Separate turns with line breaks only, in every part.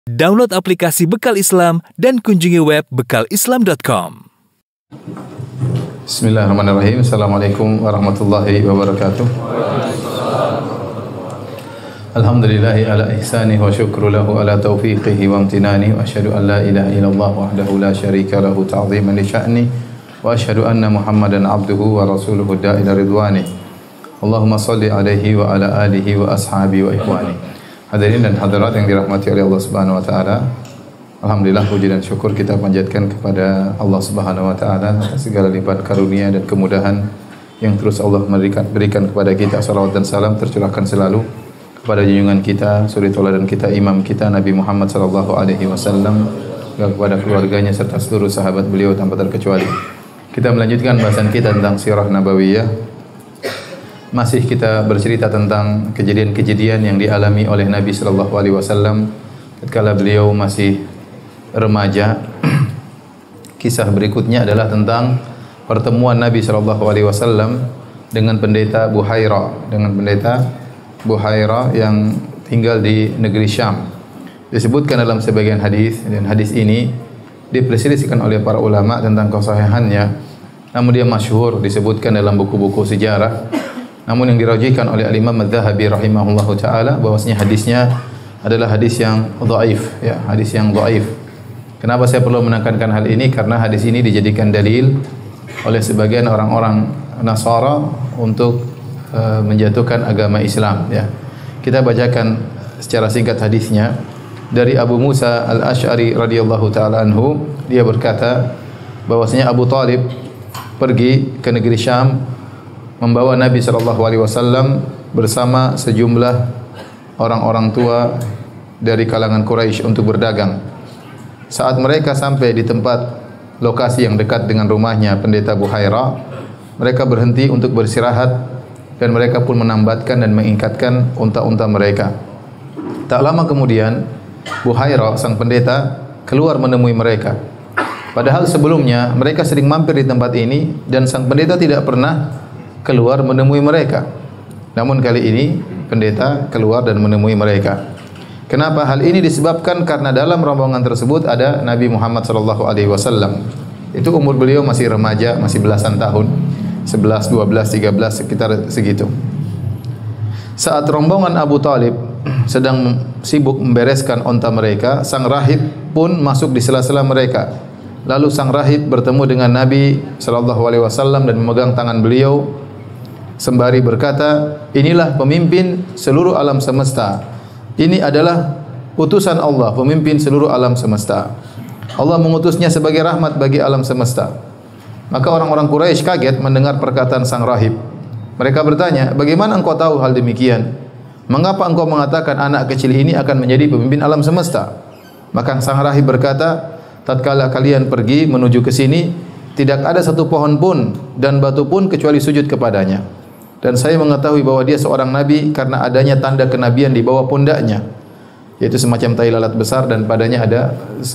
Download aplikasi Bekal Islam dan kunjungi web bekalislam.com.
Bismillahirrahmanirrahim. Assalamualaikum warahmatullahi wabarakatuh. Alhamdulillahi ala ihsanihi wa syukru lahu ala taufiqihi wa amtinani wa asyhadu an la ilaha illallah wahdahu la syarika lahu ta'ziman li sya'ni wa asyhadu anna Muhammadan abduhu wa rasuluhu da'ila ridwani. Allahumma salli alaihi wa ala alihi wa ashabihi wa ikhwani. Hadirin dan hadirat yang dirahmati oleh Allah Subhanahu wa taala. Alhamdulillah, puji dan syukur kita panjatkan kepada Allah Subhanahu wa taala atas segala lipat karunia dan kemudahan yang terus Allah berikan kepada kita. Salawat dan salam tercurahkan selalu kepada junjungan kita, suri tauladan kita, imam kita Nabi Muhammad sallallahu alaihi wasallam, kepada keluarganya serta seluruh sahabat beliau tanpa terkecuali. Kita melanjutkan bahasan kita tentang sirah nabawiyah. Masih kita bercerita tentang kejadian-kejadian yang dialami oleh Nabi sallallahu alaihi wasallam ketika beliau masih remaja. Kisah berikutnya adalah tentang pertemuan Nabi sallallahu alaihi wasallam dengan pendeta Buhaira yang tinggal di negeri Syam. Disebutkan dalam sebagian hadis, dan hadis ini diperselisihkan oleh para ulama tentang kesahihannya. Namun dia masyhur disebutkan dalam buku-buku sejarah. Namun yang dirajihkan oleh Al-Imam Adz-Dzahabi rahimahullahu taala bahwasanya hadisnya adalah hadis yang dhaif, ya, hadis yang dhaif. Kenapa saya perlu menekankan hal ini? Karena hadis ini dijadikan dalil oleh sebagian orang-orang Nasara untuk menjatuhkan agama Islam, ya. Kita bacakan secara singkat hadisnya dari Abu Musa Al-Asy'ari radhiyallahu taala anhu. Dia berkata bahwasanya Abu Thalib pergi ke negeri Syam membawa Nabi sallallahu alaihi wasallam bersama sejumlah orang-orang tua dari kalangan Quraisy untuk berdagang. Saat mereka sampai di tempat lokasi yang dekat dengan rumahnya pendeta Buhaira, mereka berhenti untuk beristirahat dan mereka pun menambatkan dan mengikatkan unta-unta mereka. Tak lama kemudian, Buhaira sang pendeta keluar menemui mereka. Padahal sebelumnya mereka sering mampir di tempat ini dan sang pendeta tidak pernah keluar menemui mereka. Namun kali ini pendeta keluar dan menemui mereka. Kenapa hal ini disebabkan? Karena dalam rombongan tersebut ada Nabi Muhammad sallallahu alaihi wasallam. Itu umur beliau masih remaja, masih belasan tahun. 11, 12, 13 sekitar segitu. Saat rombongan Abu Thalib sedang sibuk membereskan unta mereka, sang rahib pun masuk di sela-sela mereka. Lalu sang rahib bertemu dengan Nabi sallallahu alaihi wasallam dan memegang tangan beliau sembari berkata, "Inilah pemimpin seluruh alam semesta. Ini adalah utusan Allah, pemimpin seluruh alam semesta. Allah mengutusnya sebagai rahmat bagi alam semesta." Maka orang-orang Quraisy kaget mendengar perkataan sang rahib. Mereka bertanya, "Bagaimana engkau tahu hal demikian? Mengapa engkau mengatakan anak kecil ini akan menjadi pemimpin alam semesta?" Maka sang rahib berkata, "Tatkala kalian pergi menuju ke sini, tidak ada satu pohon pun dan batu pun kecuali sujud kepadanya. Dan saya mengetahui bahwa dia seorang nabi karena adanya tanda kenabian di bawah pundaknya, yaitu semacam tai lalat besar dan padanya ada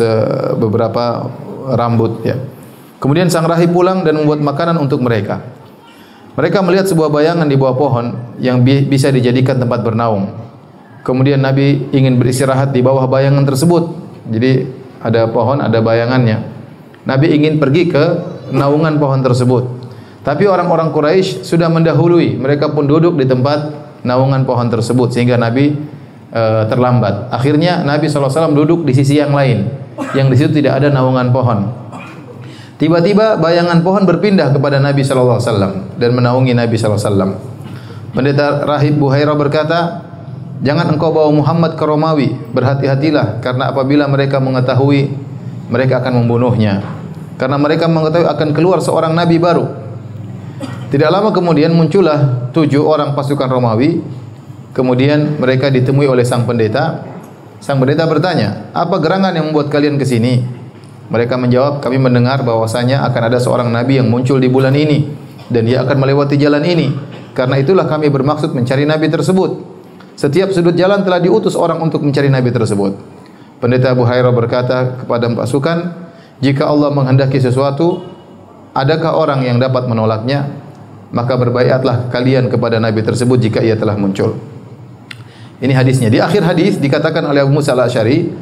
beberapa rambut, ya." Kemudian sang rahib pulang dan membuat makanan untuk mereka. Mereka melihat sebuah bayangan di bawah pohon yang bisa dijadikan tempat bernaung. Kemudian Nabi ingin beristirahat di bawah bayangan tersebut. Jadi ada pohon, ada bayangannya. Nabi ingin pergi ke naungan pohon tersebut. Tapi orang-orang Quraisy sudah mendahului. Mereka pun duduk di tempat naungan pohon tersebut sehingga Nabi terlambat. Akhirnya Nabi SAW duduk di sisi yang lain, yang di situ tidak ada naungan pohon. Tiba-tiba bayangan pohon berpindah kepada Nabi SAW dan menaungi Nabi SAW. Pendeta Rahib Buhaira berkata, "Jangan engkau bawa Muhammad ke Romawi. Berhati-hatilah karena apabila mereka mengetahui, mereka akan membunuhnya. Karena mereka mengetahui akan keluar seorang nabi baru." Tidak lama kemudian muncullah 7 orang pasukan Romawi. Kemudian mereka ditemui oleh sang pendeta. Sang pendeta bertanya, "Apa gerangan yang membuat kalian ke sini?" Mereka menjawab, "Kami mendengar bahwasanya akan ada seorang nabi yang muncul di bulan ini dan dia akan melewati jalan ini. Karena itulah kami bermaksud mencari nabi tersebut. Setiap sudut jalan telah diutus orang untuk mencari nabi tersebut." Pendeta Buhaira berkata kepada pasukan, "Jika Allah menghendaki sesuatu, adakah orang yang dapat menolaknya? Maka berbaiatlah kalian kepada nabi tersebut jika ia telah muncul." Ini hadisnya. Di akhir hadis dikatakan oleh Abu Musa Al-Asy'ari,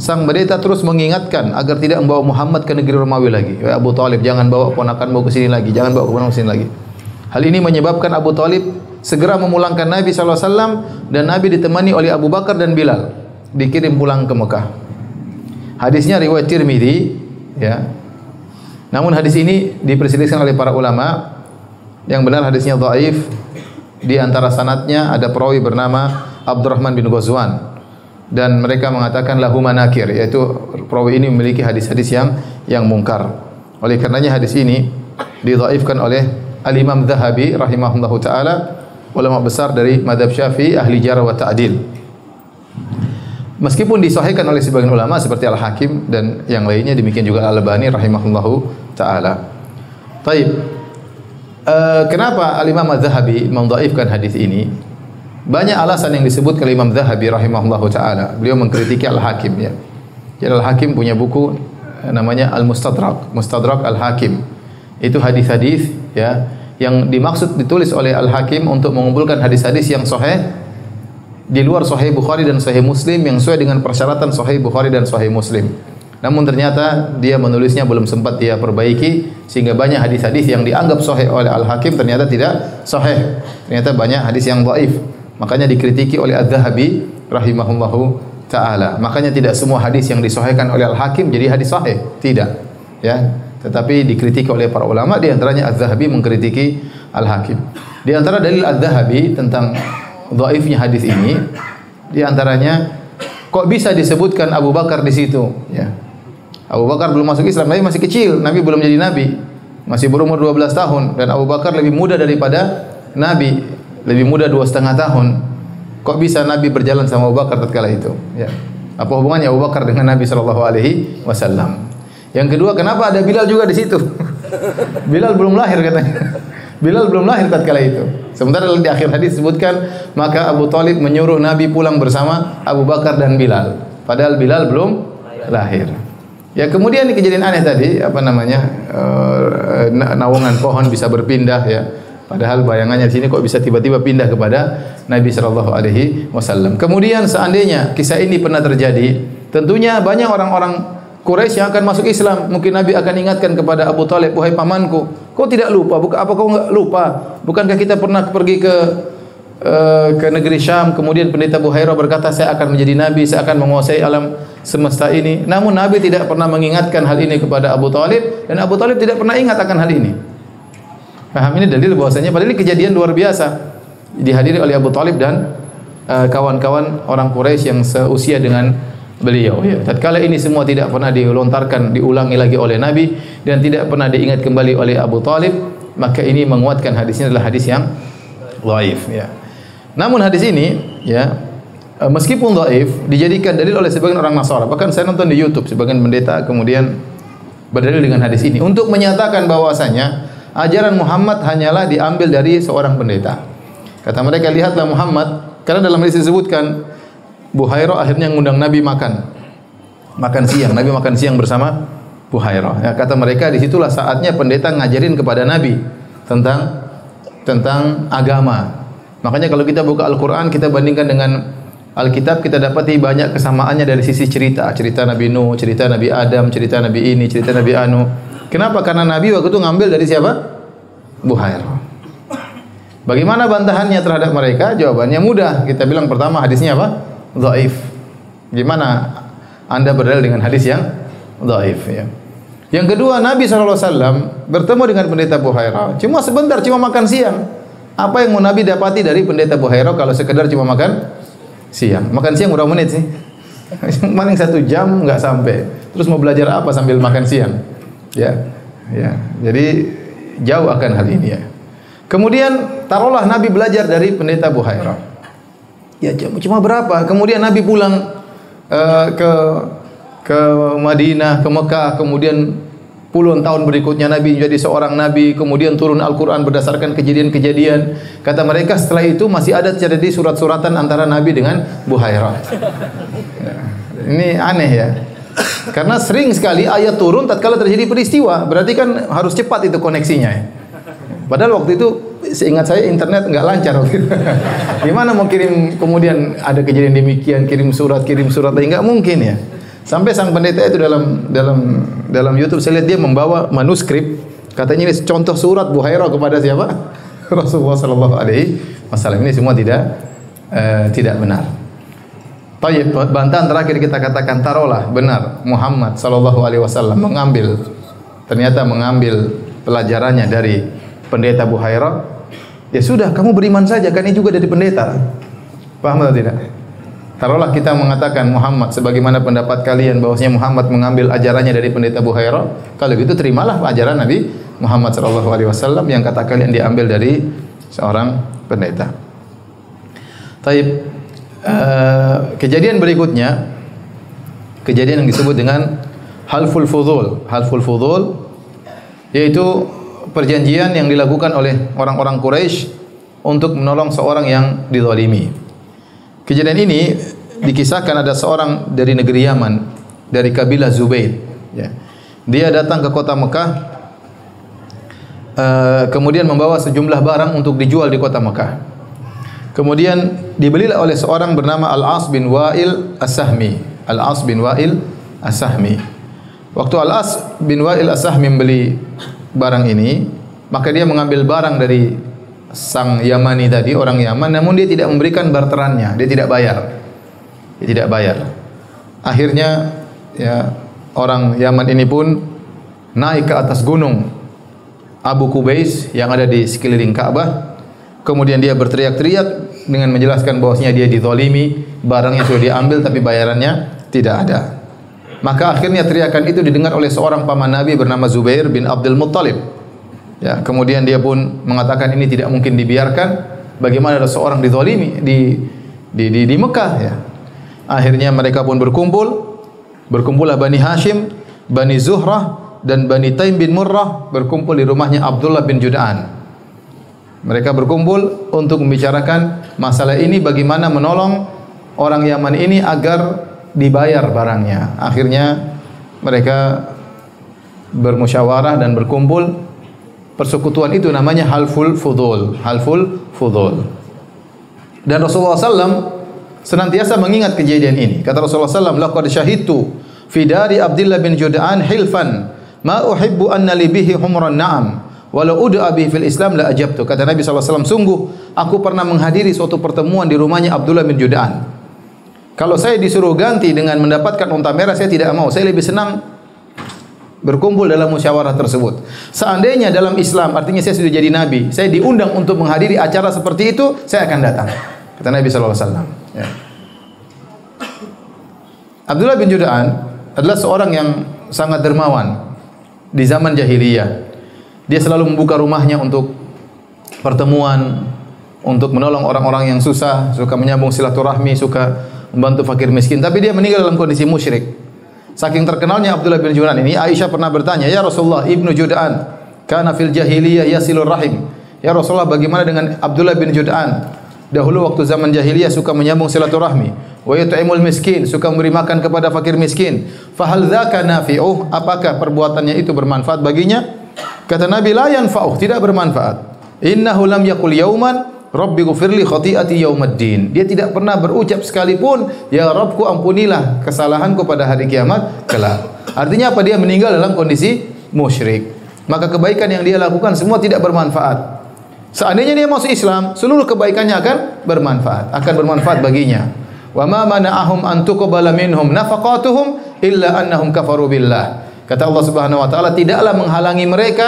sang pendeta terus mengingatkan agar tidak membawa Muhammad ke negeri Romawi lagi. Wahai Abu Talib, jangan bawa ponakanmu ke sini lagi, jangan bawa keponakan ke sini lagi. Hal ini menyebabkan Abu Talib segera memulangkan Nabi SAW dan Nabi ditemani oleh Abu Bakar dan Bilal dikirim pulang ke Mekah. Hadisnya riwayat Tirmidzi, ya. Namun hadis ini diperselisihkan oleh para ulama. Yang benar hadisnya dhaif. Di antara sanadnya ada perawi bernama Abdurrahman bin Ghazwan dan mereka mengatakan lahu manakir, yaitu perawi ini memiliki hadis-hadis yang mungkar. Oleh karenanya hadis ini didhaifkan oleh Al-Imam Dzahabi rahimahullahu taala, ulama besar dari mazhab Syafi'i, ahli jarh wa ta'dil. Meskipun disahihkan oleh sebagian ulama seperti Al-Hakim dan yang lainnya, demikian juga Al-Albani rahimahullahu taala. Taib. Kenapa Al-Imam Az-Zahabi mendhaifkan hadis ini? Banyak alasan yang disebutkan oleh Imam Zahabi rahimahullahu taala. Beliau mengkritiki Al-Hakim, ya. Jadi Al-Hakim punya buku namanya Al-Mustadrak, Mustadrak Al-Hakim. Itu hadis-hadis, ya, yang dimaksud ditulis oleh Al-Hakim untuk mengumpulkan hadis-hadis yang sahih di luar Sahih Bukhari dan Sahih Muslim yang sesuai dengan persyaratan Sahih Bukhari dan Sahih Muslim. Namun ternyata dia menulisnya belum sempat dia perbaiki, sehingga banyak hadis-hadis yang dianggap sahih oleh Al-Hakim ternyata tidak sahih. Ternyata banyak hadis yang dhaif. Makanya dikritiki oleh Az-Zahabi rahimahullahu taala. Makanya tidak semua hadis yang disahihkan oleh Al-Hakim jadi hadis sahih, tidak. Ya, tetapi dikritiki oleh para ulama, di antaranya Az-Zahabi mengkritiki Al-Hakim. Di antara dalil Az-Zahabi tentang dhaifnya hadis ini, di antaranya kok bisa disebutkan Abu Bakar di situ, ya. Abu Bakar belum masuk Islam, Nabi masih kecil, Nabi belum jadi Nabi, masih berumur 12 tahun, dan Abu Bakar lebih muda daripada Nabi, lebih muda 2,5 tahun. Kok bisa Nabi berjalan sama Abu Bakar tatkala itu? Ya. Apa hubungannya Abu Bakar dengan Nabi SAW? Yang kedua, kenapa ada Bilal juga di situ? Bilal belum lahir katanya. Bilal belum lahir tatkala itu. Sementara di akhir hadis disebutkan, maka Abu Talib menyuruh Nabi pulang bersama Abu Bakar dan Bilal. Padahal Bilal belum lahir. Ya, kemudian di kejadian aneh tadi, naungan pohon bisa berpindah, ya. Padahal bayangannya di sini kok bisa tiba-tiba pindah kepada Nabi sallallahu alaihi wasallam. Kemudian seandainya kisah ini pernah terjadi, tentunya banyak orang-orang Quraisy yang akan masuk Islam. Mungkin Nabi akan ingatkan kepada Abu Talib, "Wahai pamanku, kau tidak lupa? Apa kau enggak lupa? Bukankah kita pernah pergi ke negeri Syam, kemudian pendeta Buhairah berkata, saya akan menjadi nabi, saya akan menguasai alam semesta ini." Namun Nabi tidak pernah mengingatkan hal ini kepada Abu Talib, dan Abu Talib tidak pernah ingat akan hal ini. Paham, ini dalil bahwasanya padahal ini kejadian luar biasa dihadiri oleh Abu Talib dan kawan-kawan orang Quraisy yang seusia dengan beliau, ya. Tatkala ini semua tidak pernah dilontarkan, diulangi lagi oleh Nabi dan tidak pernah diingat kembali oleh Abu Talib, maka ini menguatkan hadisnya adalah hadis yang dhaif, ya. Namun hadis ini, ya, meskipun dhaif, dijadikan dalil oleh sebagian orang Nasara. Bahkan saya nonton di YouTube sebagian pendeta kemudian berdalil dengan hadis ini untuk menyatakan bahwasanya ajaran Muhammad hanyalah diambil dari seorang pendeta. Kata mereka, lihatlah Muhammad, karena dalam hadis disebutkan Buhairah akhirnya mengundang Nabi makan siang. Nabi makan siang bersama Buhairah. Ya, kata mereka, disitulah saatnya pendeta ngajarin kepada Nabi tentang agama. Makanya kalau kita buka Al-Quran, kita bandingkan dengan Alkitab, kita dapati banyak kesamaannya dari sisi cerita Nabi Nuh, cerita Nabi Adam, cerita Nabi ini, cerita Nabi Anu. Kenapa? Karena Nabi waktu itu ngambil dari siapa? Buhairah. Bagaimana bantahannya terhadap mereka? Jawabannya mudah. Kita bilang pertama, hadisnya apa? Dhaif. Gimana Anda berdalil dengan hadis yang dhaif, ya? Yang kedua, Nabi SAW bertemu dengan pendeta Buhairah cuma sebentar, cuma makan siang. Apa yang mau Nabi dapati dari pendeta Buhairah kalau sekedar cuma makan siang? Makan siang berapa menit sih? Paling 1 jam nggak sampai. Terus mau belajar apa sambil makan siang? Ya, ya. Jadi jauh akan hal ini, ya. Kemudian taruhlah Nabi belajar dari pendeta Buhairah. Ya, cuma berapa? Kemudian Nabi pulang ke Madinah, ke Mekah, kemudian puluhan tahun berikutnya Nabi menjadi seorang nabi, kemudian turun Al-Quran berdasarkan kejadian-kejadian. Kata mereka setelah itu masih ada terjadi surat-suratan antara Nabi dengan Buhairah. Ya, ini aneh, ya. Karena sering sekali ayat turun tatkala terjadi peristiwa, berarti kan harus cepat itu koneksinya, ya. Padahal waktu itu seingat saya internet nggak lancar waktu itu. Gimana mau kirim kemudian ada kejadian demikian, kirim surat, nggak mungkin, ya. Sampai sang pendeta itu dalam YouTube saya lihat dia membawa manuskrip, katanya ini contoh surat Buhairah kepada siapa? Rasulullah sallallahu alaihi wasallam. Ini semua tidak benar. Baik, bantahan terakhir kita katakan taruhlah benar Muhammad sallallahu alaihi wasallam ternyata mengambil pelajarannya dari pendeta Buhairah. Ya sudah, kamu beriman saja, kan ini juga dari pendeta. Paham atau tidak? Taruhlah kita mengatakan Muhammad sebagaimana pendapat kalian bahwasanya Muhammad mengambil ajarannya dari pendeta Buhairah. Kalau gitu terimalah ajaran Nabi Muhammad sallallahu alaihi wasallam yang kata kalian diambil dari seorang pendeta. Taib, kejadian berikutnya, kejadian yang disebut dengan halful fudul. Halful fudul yaitu perjanjian yang dilakukan oleh orang-orang Quraisy untuk menolong seorang yang dizalimi. Kejadian ini dikisahkan ada seorang dari negeri Yaman, dari kabilah Zubair. Ya. Dia datang ke kota Mekah, kemudian membawa sejumlah barang untuk dijual di kota Mekah. Kemudian dibelilah oleh seorang bernama Al-As bin Wa'il As-Sahmi. Al-As bin Wa'il As-Sahmi. Waktu Al-As bin Wa'il As-Sahmi membeli barang ini, maka dia mengambil barang dari sang Yamani tadi, orang Yaman, namun dia tidak memberikan barterannya, dia tidak bayar. Dia tidak bayar. Akhirnya ya, orang Yaman ini pun naik ke atas gunung Abu Qubais yang ada di sekeliling Ka'bah. Kemudian dia berteriak-teriak dengan menjelaskan bahwasanya dia dizalimi, barangnya sudah diambil tapi bayarannya tidak ada. Maka akhirnya teriakan itu didengar oleh seorang paman Nabi bernama Zubair bin Abdul Muttalib. Ya, kemudian dia pun mengatakan ini tidak mungkin dibiarkan. Bagaimana ada seorang dizalimi di Mekah ya. Akhirnya mereka pun berkumpullah Bani Hashim, Bani Zuhrah dan Bani Taim bin Murrah berkumpul di rumahnya Abdullah bin Jud'an. Mereka berkumpul untuk membicarakan masalah ini, bagaimana menolong orang Yaman ini agar dibayar barangnya. Akhirnya mereka bermusyawarah dan berkumpul. Persekutuan itu namanya halful fudul. Halful fudul. Dan Rasulullah SAW senantiasa mengingat kejadian ini. Kata Rasulullah SAW, laqad syahidtu fi dari Abdullah bin Jud'an hilfan ma uhibbu anna li bihi humran na'am walau ud'a bihi fil Islam la ajabtu. Kata Nabi SAW, sungguh aku pernah menghadiri suatu pertemuan di rumahnya Abdullah bin Jud'an. Kalau saya disuruh ganti dengan mendapatkan unta merah, saya tidak mau. Saya lebih senang berkumpul dalam musyawarah tersebut. Seandainya dalam Islam, artinya saya sudah jadi nabi, saya diundang untuk menghadiri acara seperti itu, saya akan datang. Kata Nabi SAW. Ya. Abdullah bin Jud'an adalah seorang yang sangat dermawan di zaman jahiliyah. Dia selalu membuka rumahnya untuk pertemuan, untuk menolong orang-orang yang susah, suka menyambung silaturahmi, suka membantu fakir miskin. Tapi dia meninggal dalam kondisi musyrik. Saking terkenalnya Abdullah bin Jud'an ini, Aisyah pernah bertanya, "Ya Rasulullah, Ibnu Jud'an kana fil jahiliyah yasilur rahim." Ya Rasulullah, bagaimana dengan Abdullah bin Jud'an? Dahulu waktu zaman jahiliyah suka menyambung silaturahmi, wa yut'imul miskin, suka memberi makan kepada fakir miskin. Fa hal dzaka nafi'uh? Apakah perbuatannya itu bermanfaat baginya? Kata Nabi, la yanfa'uh, tidak bermanfaat. Innahu lam yaqul yauman Rabbi ghfirli khati'ati yaumaddin. Dia tidak pernah berucap sekalipun, ya Rabbku ampunilah kesalahanku pada hari kiamat kelak. Artinya apa? Dia meninggal dalam kondisi musyrik. Maka kebaikan yang dia lakukan semua tidak bermanfaat. Seandainya dia masuk Islam, seluruh kebaikannya akan bermanfaat baginya. Wa ma mana'ahum an tuqbala minhum nafaqatuhum illa annahum kafaru billah. Kata Allah Subhanahu wa taala, tidaklah menghalangi mereka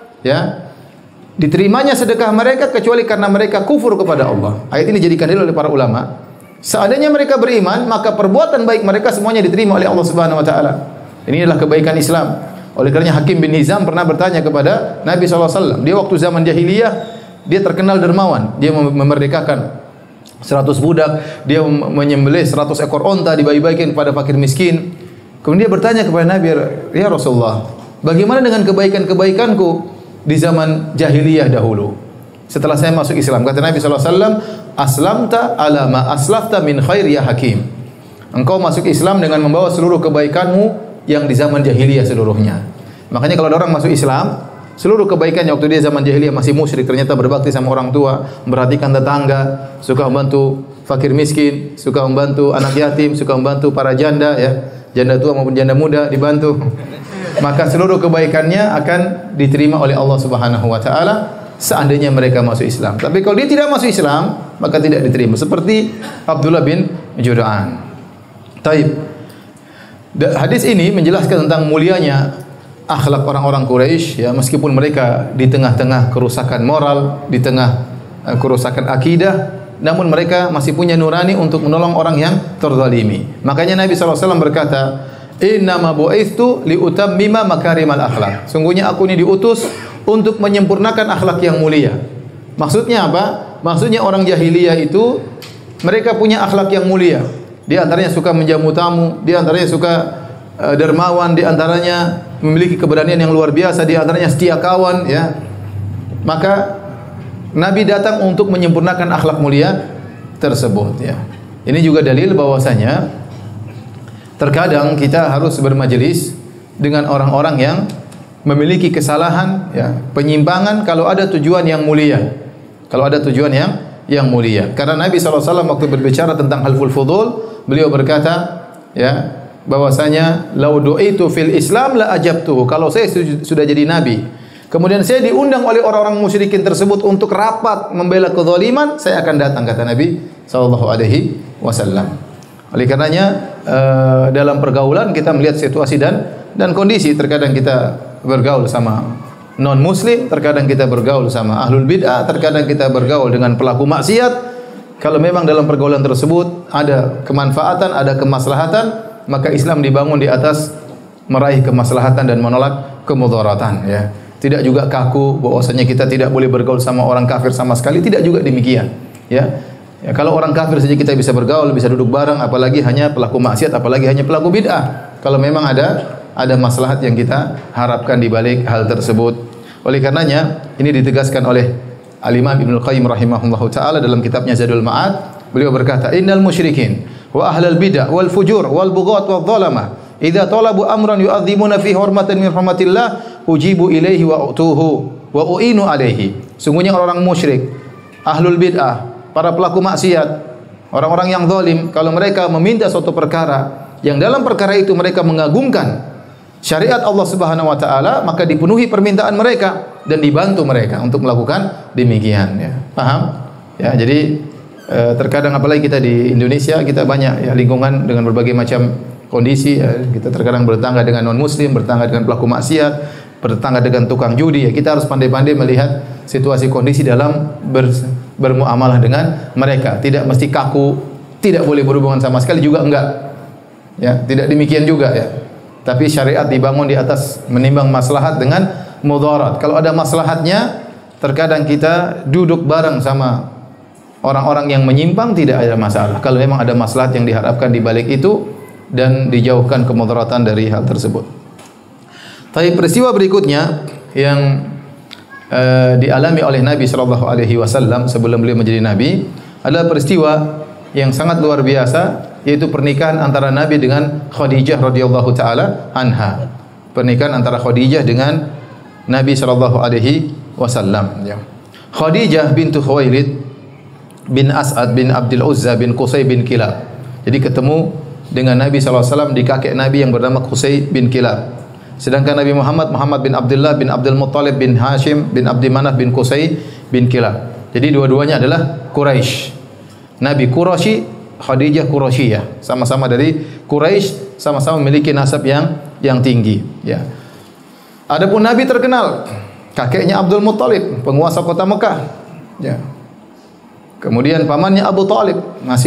ya diterimanya sedekah mereka kecuali karena mereka kufur kepada Allah. Ayat ini dijadikan dalil oleh para ulama. Seandainya mereka beriman, maka perbuatan baik mereka semuanya diterima oleh Allah Subhanahu wa taala. Ini adalah kebaikan Islam. Oleh karenanya Hakim bin Hizam pernah bertanya kepada Nabi SAW. Dia waktu zaman jahiliyah, dia terkenal dermawan. Dia memerdekakan 100 budak, dia menyembelih 100 ekor onta, dibagi-bagikan kepada fakir miskin. Kemudian dia bertanya kepada Nabi, "Ya Rasulullah, bagaimana dengan kebaikan-kebaikanku di zaman jahiliyah dahulu setelah saya masuk Islam?" Kata Nabi SAW, "Aslamta ala ma aslafta min khair ya Hakim." Engkau masuk Islam dengan membawa seluruh kebaikanmu yang di zaman jahiliyah seluruhnya. Makanya kalau ada orang masuk Islam, seluruh kebaikannya waktu dia zaman jahiliyah masih musyrik, ternyata berbakti sama orang tua, memperhatikan tetangga, suka membantu fakir miskin, suka membantu anak yatim, suka membantu para janda ya. janda tua maupun janda muda dibantu. Maka seluruh kebaikannya akan diterima oleh Allah Subhanahu wa taala seandainya mereka masuk Islam. Tapi kalau dia tidak masuk Islam, maka tidak diterima. Seperti Abdullah bin Jud'an. Taib. Hadis ini menjelaskan tentang mulianya akhlak orang-orang Quraisy, ya, meskipun mereka di tengah-tengah kerusakan moral, di tengah kerusakan akidah, namun mereka masih punya nurani untuk menolong orang yang terzalimi. Makanya Nabi SAW berkata, "Innama bu'itsu liutammima makarimal akhlak." Sungguhnya aku ini diutus untuk menyempurnakan akhlak yang mulia. Maksudnya apa? Maksudnya orang jahiliyah itu mereka punya akhlak yang mulia. Di antaranya suka menjamu tamu, di antaranya suka dermawan, di antaranya memiliki keberanian yang luar biasa, di antaranya setia kawan, ya. Maka Nabi datang untuk menyempurnakan akhlak mulia tersebut, ya. Ini juga dalil bahwasanya terkadang kita harus bermajelis dengan orang-orang yang memiliki kesalahan, ya, penyimpangan kalau ada tujuan yang mulia. Kalau ada tujuan yang mulia. Karena Nabi SAW waktu berbicara tentang halful fudul, beliau berkata, ya, bahwasanya lau du'itu fil Islam la ajabtuhu. Kalau saya sudah jadi nabi, kemudian saya diundang oleh orang-orang musyrikin tersebut untuk rapat membela kezaliman, saya akan datang, kata Nabi sallallahu alaihi wasallam. Oleh karenanya dalam pergaulan kita melihat situasi dan kondisi. Terkadang kita bergaul sama non muslim, terkadang kita bergaul sama ahlul bid'ah, terkadang kita bergaul dengan pelaku maksiat. Kalau memang dalam pergaulan tersebut ada kemanfaatan, ada kemaslahatan, maka Islam dibangun di atas meraih kemaslahatan dan menolak kemudaratan, ya. Tidak juga kaku bahwasanya kita tidak boleh bergaul sama orang kafir sama sekali, tidak juga demikian, ya. Ya, kalau orang kafir saja kita bisa bergaul, bisa duduk bareng, apalagi hanya pelaku maksiat, apalagi hanya pelaku bid'ah. Kalau memang ada maslahat yang kita harapkan di balik hal tersebut. Oleh karenanya ini ditegaskan oleh Al-Imam Ibnu Qayyim rahimahullahu taala dalam kitabnya Zadul Ma'ad. Beliau berkata, "Innal musyrikin wa ahlal bid'ah wal fujur wal bughat wal zalamah idza talabu amran yu'azzimuna fi hurmatin min hurmatillah ujibu ilaihi wa utuhu wa uinu alaihi." Sungguhnya orang musyrik, ahlul bid'ah, para pelaku maksiat, orang-orang yang zalim, kalau mereka meminta suatu perkara yang dalam perkara itu mereka mengagungkan syariat Allah Subhanahu wa taala, maka dipenuhi permintaan mereka dan dibantu mereka untuk melakukan demikian, ya. Paham? Ya, jadi terkadang apalagi kita di Indonesia, kita banyak, ya, lingkungan dengan berbagai macam kondisi, ya. Kita terkadang bertetangga dengan non muslim, bertetangga dengan pelaku maksiat, bertetangga dengan tukang judi, ya. Kita harus pandai-pandai melihat situasi kondisi dalam bermuamalah dengan mereka. Tidak mesti kaku, tidak boleh berhubungan sama sekali juga enggak. Ya, tidak demikian juga, ya. Tapi syariat dibangun di atas menimbang maslahat dengan mudarat. Kalau ada maslahatnya, terkadang kita duduk bareng sama orang-orang yang menyimpang, tidak ada masalah. Kalau memang ada maslahat yang diharapkan di balik itu dan dijauhkan kemudaratan dari hal tersebut. Tapi peristiwa berikutnya yang dialami oleh Nabi sallallahu alaihi wasallam sebelum beliau menjadi nabi adalah peristiwa yang sangat luar biasa, yaitu pernikahan antara Nabi dengan Khadijah radhiyallahu taala anha. Pernikahan antara Khadijah dengan Nabi sallallahu alaihi wasallam, ya. Khadijah bintu Khuwailid bin As'ad bin Abdul Uzza bin Qusay bin Kilab. Jadi ketemu dengan Nabi sallallahu alaihi wasallam di kakek Nabi yang bernama Qusay bin Kilab. Sedangkan Nabi Muhammad bin Abdullah bin Abdul Muttalib bin Hashim bin Abdi Manaf bin Qusay bin Kilab. Jadi dua-duanya adalah Quraisy. Nabi Quraisy, Khadijah Quraisyiyah, sama-sama dari Quraisy, sama-sama memiliki nasab yang tinggi, ya. Adapun Nabi terkenal kakeknya Abdul Muttalib, penguasa kota Mekah, ya. Kemudian pamannya Abu Talib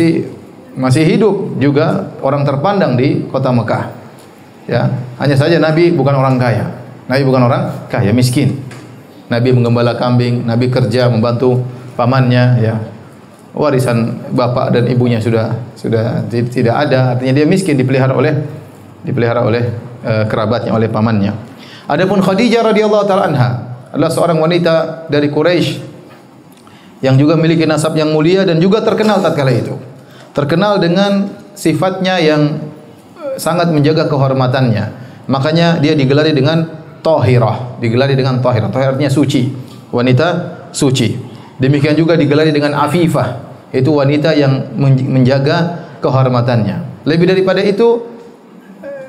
masih hidup, juga orang terpandang di kota Mekah, ya. Hanya saja Nabi bukan orang kaya. Nabi bukan orang kaya, miskin. Nabi menggembala kambing, Nabi kerja membantu pamannya, ya. Warisan bapak dan ibunya sudah tidak ada, artinya dia miskin, dipelihara oleh kerabatnya, oleh pamannya. Adapun Khadijah radhiyallahu taala anha adalah seorang wanita dari Quraisy yang juga memiliki nasab yang mulia dan juga terkenal tatkala itu. Terkenal dengan sifatnya yang sangat menjaga kehormatannya. Makanya dia digelari dengan Thahirah, Thahirah artinya suci, wanita suci. Demikian juga digelari dengan Afifah, itu wanita yang menjaga kehormatannya. Lebih daripada itu,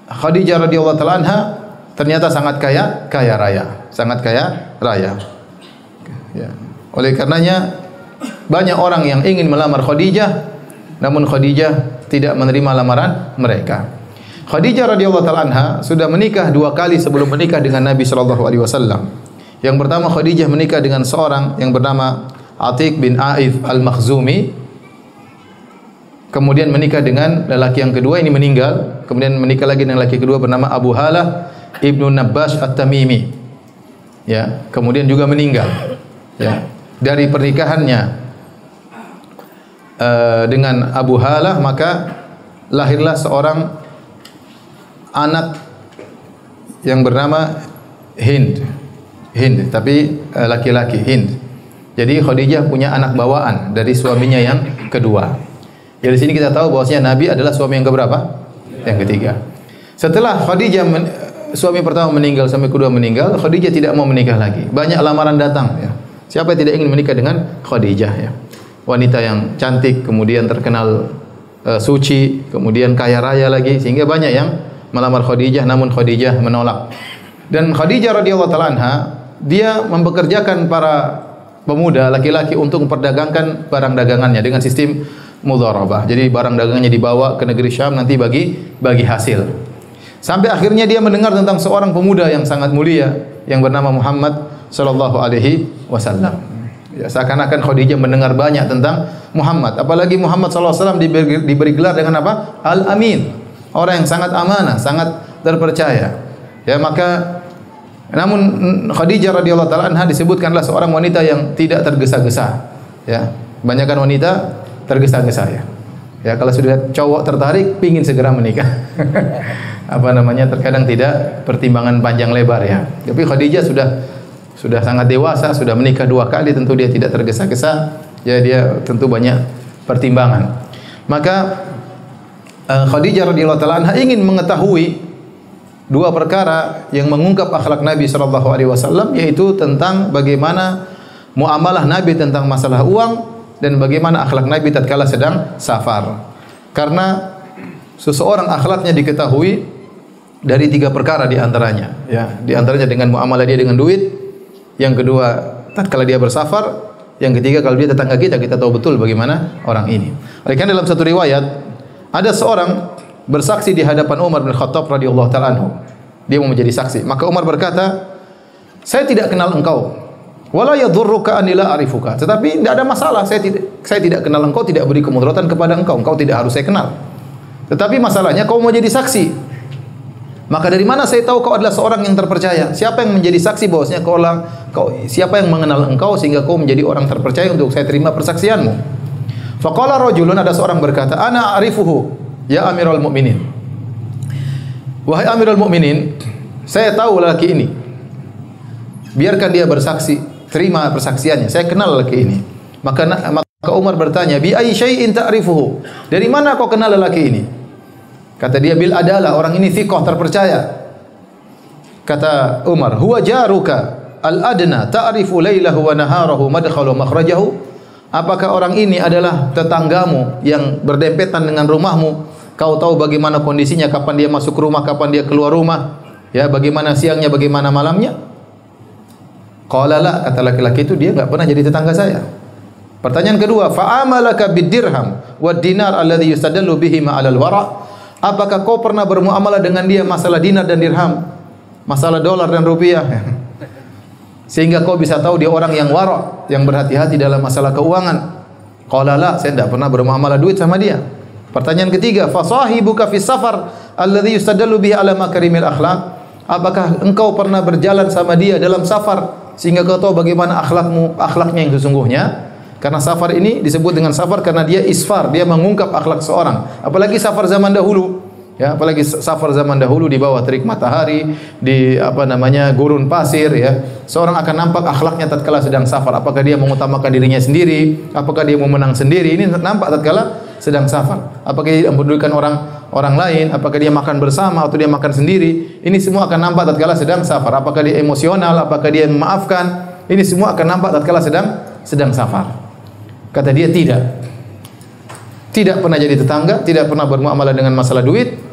Khadijah radhiyallahu taala anha ternyata sangat kaya raya, sangat kaya raya. Ya. Oleh karenanya banyak orang yang ingin melamar Khadijah, namun Khadijah tidak menerima lamaran mereka. Khadijah radhiyallahu taala anha sudah menikah 2 kali sebelum menikah dengan Nabi sallallahu alaihi wasallam. Yang pertama Khadijah menikah dengan seorang yang bernama Atiq bin Aif al-Makhzumi. Kemudian menikah dengan lelaki yang kedua, ini meninggal. Kemudian menikah lagi dengan lelaki kedua bernama Abu Halah ibnu Nabbash at-Tamimi. Ya, kemudian juga meninggal. Ya, dari pernikahannya dengan Abu Halah maka lahirlah seorang anak yang bernama Hind, tapi laki-laki Hind. Jadi Khadijah punya anak bawaan dari suaminya yang kedua. Jadi di sini kita tahu bahwasanya Nabi adalah suami yang keberapa? Yang ketiga. Setelah Khadijah suami pertama meninggal, suami kedua meninggal, Khadijah tidak mau menikah lagi. Banyak lamaran datang. Ya. Siapa yang tidak ingin menikah dengan Khadijah? Ya. Wanita yang cantik, kemudian terkenal suci, kemudian kaya raya lagi, sehingga banyak yang melamar Khadijah, namun Khadijah menolak. Dan Khadijah radhiyallahu taala anha, dia mempekerjakan para pemuda laki-laki untuk memperdagangkan barang dagangannya dengan sistem mudharabah. Jadi barang dagangannya dibawa ke negeri Syam, nanti bagi hasil. Sampai akhirnya dia mendengar tentang seorang pemuda yang sangat mulia yang bernama Muhammad sallallahu alaihi wasallam. Ya, seakan-akan Khadijah mendengar banyak tentang Muhammad. Apalagi Muhammad sallallahu alaihi wasallam diberi gelar dengan apa? Al-Amin. Orang yang sangat amanah, sangat terpercaya. Ya, maka namun Khadijah radhiyallahu taala anha disebutkanlah seorang wanita yang tidak tergesa-gesa. Ya, kebanyakan wanita tergesa-gesa ya. Ya, kalau sudah cowok tertarik pingin segera menikah. Apa namanya? Terkadang tidak pertimbangan panjang lebar ya. Tapi Khadijah sudah sangat dewasa, sudah menikah 2 kali, tentu dia tidak tergesa-gesa. Ya, dia tentu banyak pertimbangan. Maka Khadijah radhiyallahu taala anha ingin mengetahui 2 perkara yang mengungkap akhlak Nabi sallallahu alaihi wasallam, yaitu tentang bagaimana muamalah Nabi tentang masalah uang dan bagaimana akhlak Nabi tatkala sedang safar. Karena seseorang akhlaknya diketahui dari 3 perkara di antaranya, ya. Di antaranya dengan muamalah dia dengan duit, yang kedua tatkala dia bersafar, yang ketiga kalau dia tetangga kita tahu betul bagaimana orang ini. Oleh karena dalam satu riwayat ada seorang bersaksi di hadapan Umar bin Khattab radhiyallahu taala anhu. Dia mau menjadi saksi. Maka Umar berkata, "Saya tidak kenal engkau. Wala yadhurruka an la arifuka." Tetapi tidak ada masalah, saya tidak kenal engkau, tidak beri kemudaratan kepada engkau. Engkau tidak harus saya kenal. Tetapi masalahnya kau mau jadi saksi. Maka dari mana saya tahu kau adalah seorang yang terpercaya? Siapa yang menjadi saksi bahwasanya siapa yang mengenal engkau sehingga kau menjadi orang terpercaya untuk saya terima persaksianmu? Faqala rajulun, ada seorang berkata, "Ana arifuhu, ya Amirul Mukminin." Wahai Amirul Mukminin, saya tahu lelaki ini. Biarkan dia bersaksi, terima persaksiannya. Saya kenal lelaki ini. Maka Umar bertanya, "Bi ayyi syai'in ta'rifuhu?" Dari mana kau kenal lelaki ini? Kata dia, "Bil adalah, orang ini thiqah, terpercaya." Kata Umar, "Huwa jaruka al-adna ta'rifu lailahu wa naharahu madkhalu makhrajahu?" Apakah orang ini adalah tetanggamu yang berdempetan dengan rumahmu? Kau tahu bagaimana kondisinya, kapan dia masuk rumah, kapan dia keluar rumah, ya, bagaimana siangnya, bagaimana malamnya? Qala la, kata laki-laki itu, dia enggak pernah jadi tetangga saya. Pertanyaan kedua, fa'amalaka bid-dirham wad-dinar alladhi yustadallu bihi ma'al wara'? Apakah kau pernah bermuamalah dengan dia masalah dinar dan dirham, masalah dolar dan rupiah? Sehingga kau bisa tahu dia orang yang wara', yang berhati-hati dalam masalah keuangan. Qala la, saya tidak pernah bermuamalah duit sama dia. Pertanyaan ketiga, fa sahibuka fi safar alladhi yustadallu bihi ala makarimil akhlaq? Apakah engkau pernah berjalan sama dia dalam safar sehingga kau tahu bagaimana akhlaknya yang sesungguhnya? Karena safar ini disebut dengan safar karena dia isfar, dia mengungkap akhlak seorang. Apalagi safar zaman dahulu. Ya, apalagi safar zaman dahulu di bawah terik matahari, di gurun pasir, ya. Seorang akan nampak akhlaknya tatkala sedang safar. Apakah dia mengutamakan dirinya sendiri, apakah dia mau menang sendiri, ini nampak tatkala sedang safar. Apakah dia mempedulikan orang lain, apakah dia makan bersama atau dia makan sendiri, ini semua akan nampak tatkala sedang safar. Apakah dia emosional, apakah dia memaafkan, ini semua akan nampak tatkala sedang safar. Kata dia tidak pernah jadi tetangga, tidak pernah bermuamalah dengan masalah duit.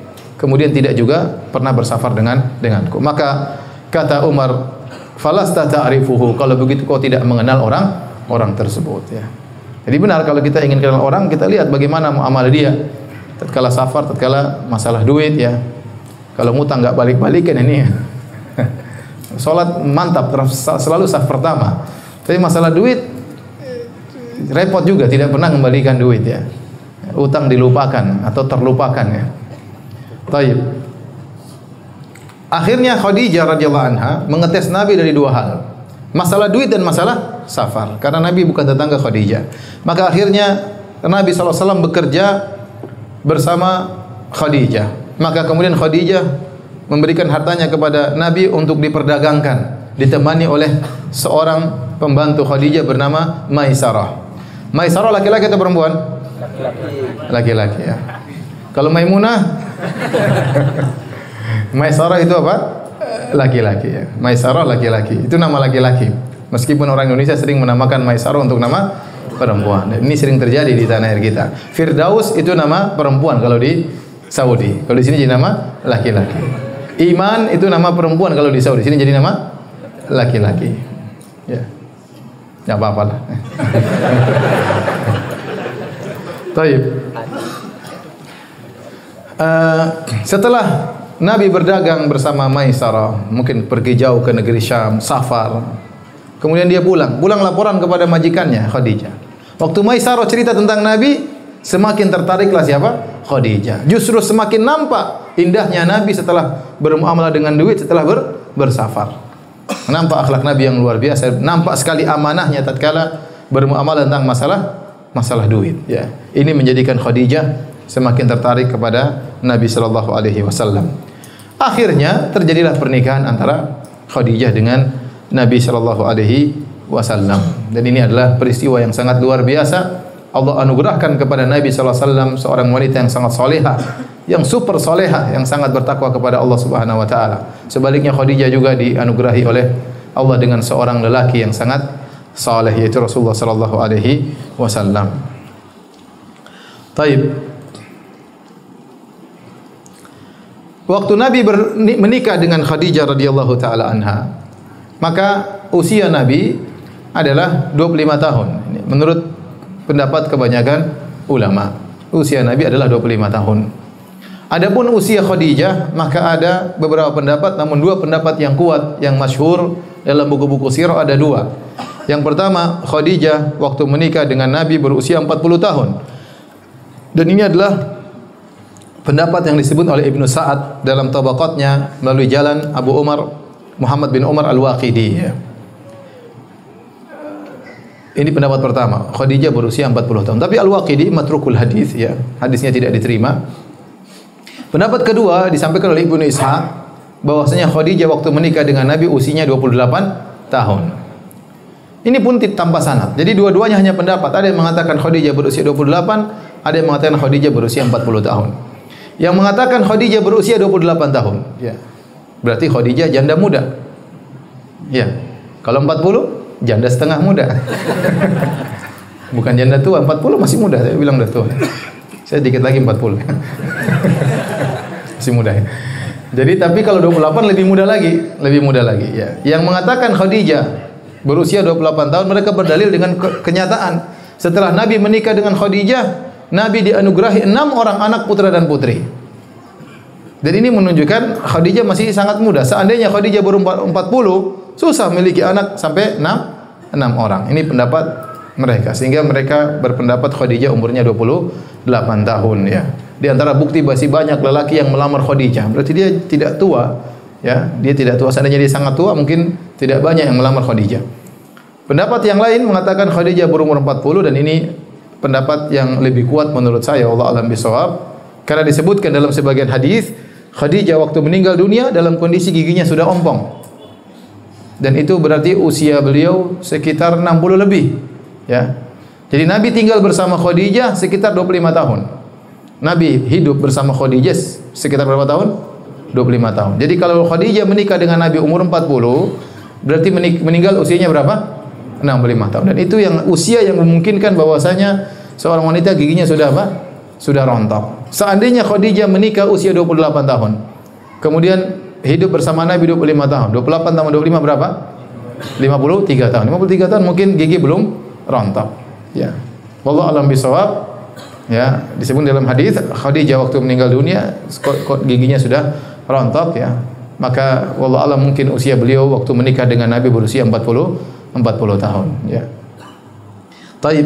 kemudian tidak juga pernah bersafar denganku. Maka kata Umar, falasta ta'rifuhu, kalau begitu kau tidak mengenal orang tersebut, ya. Jadi benar, kalau kita ingin kenal orang, kita lihat bagaimana muamalah dia tatkala safar, tatkala masalah duit, ya. Kalau ngutang enggak balik-balikan ini, ya. Salat mantap, selalu saf pertama. Tapi masalah duit repot juga, tidak pernah mengembalikan duit, ya. Utang dilupakan atau terlupakan, ya. Baik. Akhirnya Khadijah radhiyallahu anha mengetes Nabi dari dua hal. Masalah duit dan masalah safar. Karena Nabi bukan tetangga Khadijah. Maka akhirnya Nabi SAW bekerja bersama Khadijah. Maka kemudian Khadijah memberikan hartanya kepada Nabi untuk diperdagangkan, ditemani oleh seorang pembantu Khadijah bernama Maisarah. Maisarah laki-laki atau perempuan? Laki-laki, ya. Kalau Maimunah Maisarah itu apa? Laki-laki, ya. Maisarah laki-laki. Itu nama laki-laki. Meskipun orang Indonesia sering menamakan Maisarah untuk nama perempuan. Dan ini sering terjadi di tanah air kita. Firdaus itu nama perempuan kalau di Saudi. Kalau di sini jadi nama laki-laki. Iman itu nama perempuan kalau di Saudi. Di sini jadi nama laki-laki. Ya. Ya apa-apalah. Baik. Setelah Nabi berdagang bersama Maisarah, mungkin pergi jauh ke negeri Syam, safar. Kemudian dia pulang laporan kepada majikannya Khadijah. Waktu Maisarah cerita tentang Nabi, semakin tertariklah siapa? Khadijah. Justru semakin nampak indahnya Nabi setelah bermuamalah dengan duit, setelah bersafar. Nampak akhlak Nabi yang luar biasa, nampak sekali amanahnya tatkala bermuamalah tentang masalah duit, ya. Ini menjadikan Khadijah semakin tertarik kepada Nabi sallallahu alaihi wasallam. Akhirnya terjadilah pernikahan antara Khadijah dengan Nabi sallallahu alaihi wasallam. Dan ini adalah peristiwa yang sangat luar biasa. Allah anugerahkan kepada Nabi sallallahu alaihi wasallam seorang wanita yang sangat salehah, yang super salehah, yang sangat bertakwa kepada Allah Subhanahu wa taala. Sebaliknya Khadijah juga dianugerahi oleh Allah dengan seorang lelaki yang sangat saleh, yaitu Rasulullah sallallahu alaihi wasallam. Taib. Waktu Nabi menikah dengan Khadijah radhiyallahu taala anha, maka usia Nabi adalah 25 tahun. Menurut pendapat kebanyakan ulama, usia Nabi adalah 25 tahun. Adapun usia Khadijah, maka ada beberapa pendapat, namun dua pendapat yang kuat, yang masyhur dalam buku-buku sirah ada dua. Yang pertama, Khadijah waktu menikah dengan Nabi berusia 40 tahun. Dan ini adalah pendapat yang disebut oleh Ibnu Sa'ad dalam tabaqatnya melalui jalan Abu Umar Muhammad bin Umar Al-Waqidi, ya. Ini pendapat pertama, Khadijah berusia 40 tahun. Tapi Al-Waqidi matrukul hadis, ya. Hadisnya tidak diterima. Pendapat kedua disampaikan oleh Ibnu Ishaq bahwasanya Khadijah waktu menikah dengan Nabi usianya 28 tahun. Ini pun tanpa sanad. Jadi dua-duanya hanya pendapat. Ada yang mengatakan Khadijah berusia 28, ada yang mengatakan Khadijah berusia 40 tahun. Yang mengatakan Khadijah berusia 28 tahun, ya. Berarti Khadijah janda muda. Ya. Kalau 40 janda setengah muda. Bukan janda tua, 40 masih muda. Saya bilang udah tua. Saya dikit lagi 40. Masih muda, ya. Jadi tapi kalau 28 lebih muda lagi, ya. Yang mengatakan Khadijah berusia 28 tahun, mereka berdalil dengan kenyataan. Setelah Nabi menikah dengan Khadijah, Nabi dianugerahi 6 orang anak putra dan putri. Dan ini menunjukkan Khadijah masih sangat muda. Seandainya Khadijah baru 40, susah memiliki anak sampai 6 orang. Ini pendapat mereka. Sehingga mereka berpendapat Khadijah umurnya 28 tahun, ya. Di antara bukti masih banyak lelaki yang melamar Khadijah. Berarti dia tidak tua, ya. Dia tidak tua. Seandainya dia sangat tua, mungkin tidak banyak yang melamar Khadijah. Pendapat yang lain mengatakan Khadijah berumur 40, dan ini pendapat yang lebih kuat menurut saya, Allah alam bisawab, karena disebutkan dalam sebagian hadis Khadijah waktu meninggal dunia dalam kondisi giginya sudah ompong, dan itu berarti usia beliau sekitar 60 lebih, ya. Jadi Nabi tinggal bersama Khadijah sekitar 25 tahun. Nabi hidup bersama Khadijah sekitar berapa tahun? 25 tahun. Jadi kalau Khadijah menikah dengan Nabi umur 40, berarti meninggal usianya berapa? 65 tahun. Dan itu yang usia yang memungkinkan bahwasanya seorang wanita giginya sudah apa? sudah rontok. Seandainya Khadijah menikah usia 28 tahun, kemudian hidup bersama Nabi 25 tahun. 28 tambah 25 berapa? 53 tahun. 53 tahun mungkin gigi belum rontok. Ya. Wallahu a'lam bishawab. Ya, disebut dalam hadis Khadijah waktu meninggal dunia giginya sudah rontok ya. Maka wallahu a'lam mungkin usia beliau waktu menikah dengan Nabi berusia 40 tahun ya. Taib.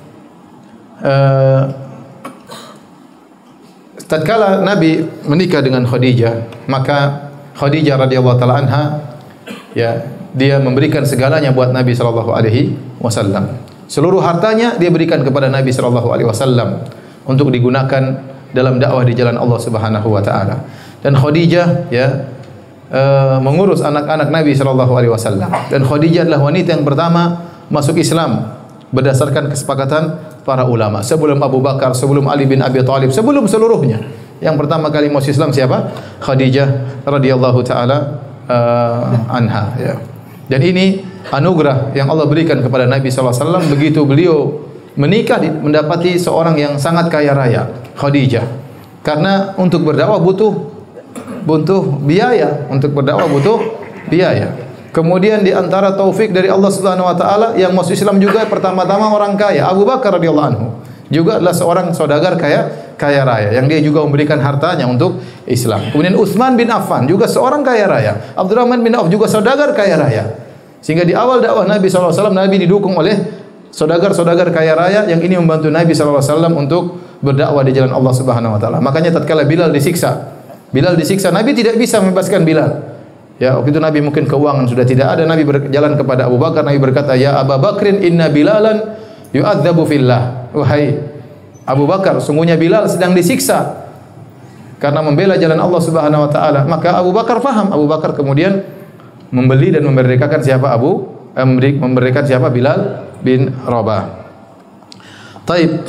Tatkala Nabi menikah dengan Khadijah, maka Khadijah radhiyallahu taala anha ya, dia memberikan segalanya buat Nabi sallallahu alaihi wasallam. Seluruh hartanya dia berikan kepada Nabi sallallahu alaihi wasallam untuk digunakan dalam dakwah di jalan Allah Subhanahu wa taala. Dan Khadijah ya mengurus anak-anak Nabi sallallahu alaihi wasallam. Dan Khadijah adalah wanita yang pertama masuk Islam berdasarkan kesepakatan para ulama. Sebelum Abu Bakar, sebelum Ali bin Abi Thalib, sebelum seluruhnya. Yang pertama kali masuk Islam siapa? Khadijah radhiyallahu taala anha ya. Dan ini anugerah yang Allah berikan kepada Nabi sallallahu alaihi wasallam begitu beliau menikah mendapati seorang yang sangat kaya raya, Khadijah. Karena untuk berdakwah butuh biaya, untuk berdakwah butuh biaya. Kemudian di antara taufik dari Allah Subhanahu wa taala yang masuk Islam juga pertama-tama orang kaya, Abu Bakar radhiyallahu anhu. Juga adalah seorang saudagar kaya raya yang dia juga memberikan hartanya untuk Islam. Kemudian Utsman bin Affan juga seorang kaya raya. Abdurrahman bin Auf juga saudagar kaya raya. Sehingga di awal dakwah Nabi sallallahu alaihi wasallam Nabi didukung oleh saudagar-saudagar kaya raya yang ini membantu Nabi sallallahu alaihi wasallam untuk berdakwah di jalan Allah Subhanahu wa taala. Makanya tatkala Bilal disiksa, Nabi tidak bisa membebaskan Bilal. Ya, waktu itu Nabi mungkin keuangan sudah tidak ada, Nabi berjalan kepada Abu Bakar, Nabi berkata, "Ya Abu Bakrin, inna Bilalan yu'adzabu fillah." Wahai Abu Bakar, sungguhnya Bilal sedang disiksa karena membela jalan Allah Subhanahu wa taala. Maka Abu Bakar faham. Abu Bakar kemudian membeli dan memerdekakan siapa? Memerdekakan siapa? Bilal bin Rabah. Taib.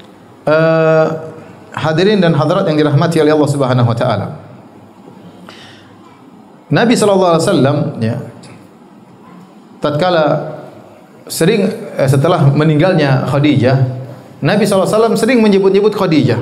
Hadirin dan hadirat yang dirahmati oleh Allah Subhanahu wa taala. Nabi sallallahu alaihi wasallam ya, tatkala sering setelah meninggalnya Khadijah, Nabi sallallahu alaihi wasallam sering menyebut-nyebut Khadijah.